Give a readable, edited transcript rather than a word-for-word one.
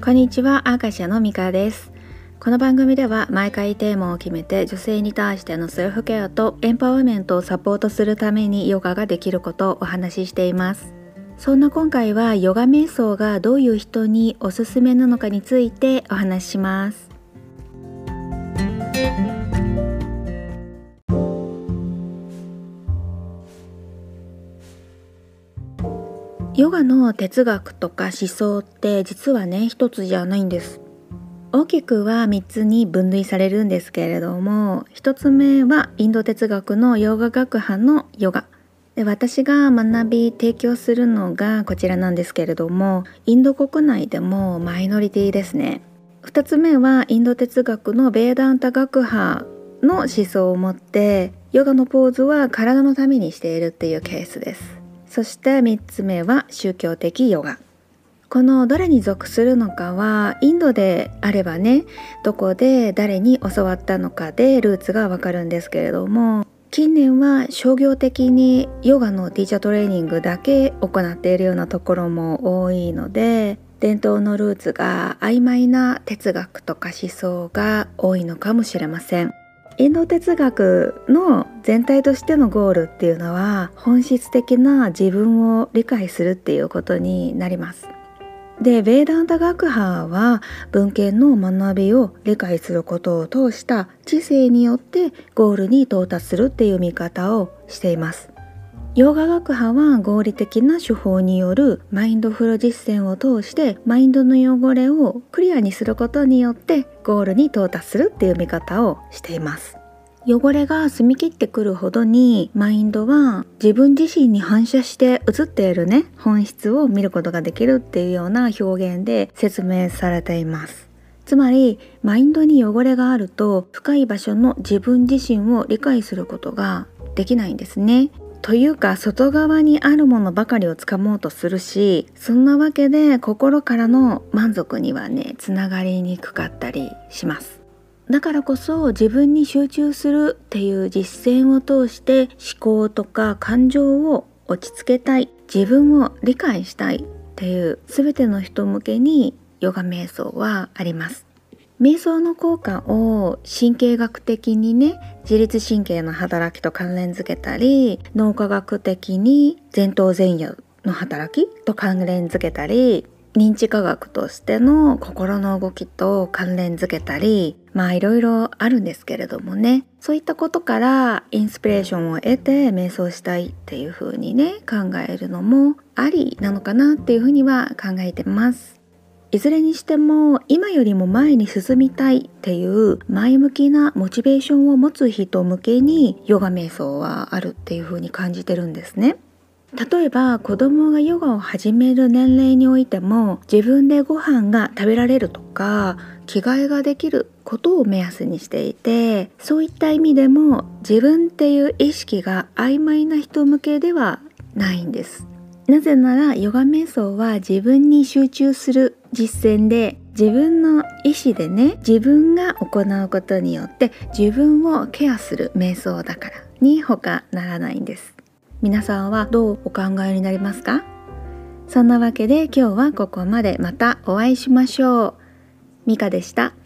こんにちは、アーカシアのミカです。この番組では毎回テーマを決めて女性に対してのセルフケアとエンパワーメントをサポートするためにヨガができることをお話ししています。そんな今回はヨガ瞑想がどういう人におすすめなのかについてお話しします。ヨガの哲学とか思想って実はね、一つじゃないんです。大きくは3つに分類されるんですけれども、1つ目はインド哲学のヨガ学派のヨガで、私が学び提供するのがこちらなんですけれども、インド国内でもマイノリティですね。2つ目はインド哲学のベーダンタ学派の思想を持って、ヨガのポーズは体のためにしているっていうケースです。そして3つ目は宗教的ヨガ。このどれに属するのかはインドであればね、どこで誰に教わったのかでルーツがわかるんですけれども、近年は商業的にヨガのティーチャートレーニングだけ行っているようなところも多いので、伝統のルーツが曖昧な哲学とか思想が多いのかもしれません。インド哲学の全体としてのゴールっていうのは、本質的な自分を理解するっていうことになります。で、ベーダンタ学派は文献の学びを理解することを通した知性によってゴールに到達するっていう見方をしています。ヨガ学派は合理的な手法によるマインドフル実践を通してマインドの汚れをクリアにすることによってゴールに到達するっていう見方をしています。汚れが澄み切ってくるほどにマインドは自分自身に反射して映っているね、本質を見ることができるっていうような表現で説明されています。つまりマインドに汚れがあると深い場所の自分自身を理解することができないんですね。というか、外側にあるものばかりをつかもうとするし、そんなわけで心からの満足にはね、つながりにくかったりします。だからこそ自分に集中するっていう実践を通して思考とか感情を落ち着けたい、自分を理解したいっていう全ての人向けにヨガ瞑想はあります。瞑想の効果を神経学的にね、自律神経の働きと関連づけたり、脳科学的に前頭前野の働きと関連づけたり、認知科学としての心の動きと関連づけたり、いろいろあるんですけれどもね、そういったことからインスピレーションを得て瞑想したいっていう風にね、考えるのもありなのかなっていう風には考えてます。いずれにしても今よりも前に進みたいっていう前向きなモチベーションを持つ人向けにヨガ瞑想はあるっていう風に感じてるんですね。例えば子供がヨガを始める年齢においても、自分でご飯が食べられるとか着替えができることを目安にしていて、そういった意味でも自分っていう意識が曖昧な人向けではないんです。なぜならヨガ瞑想は自分に集中する実践で、自分の意思でね、自分が行うことによって自分をケアする瞑想だからに他ならないんです。皆さんはどうお考えになりますか？そんなわけで今日はここまで。またお会いしましょう。ミカでした。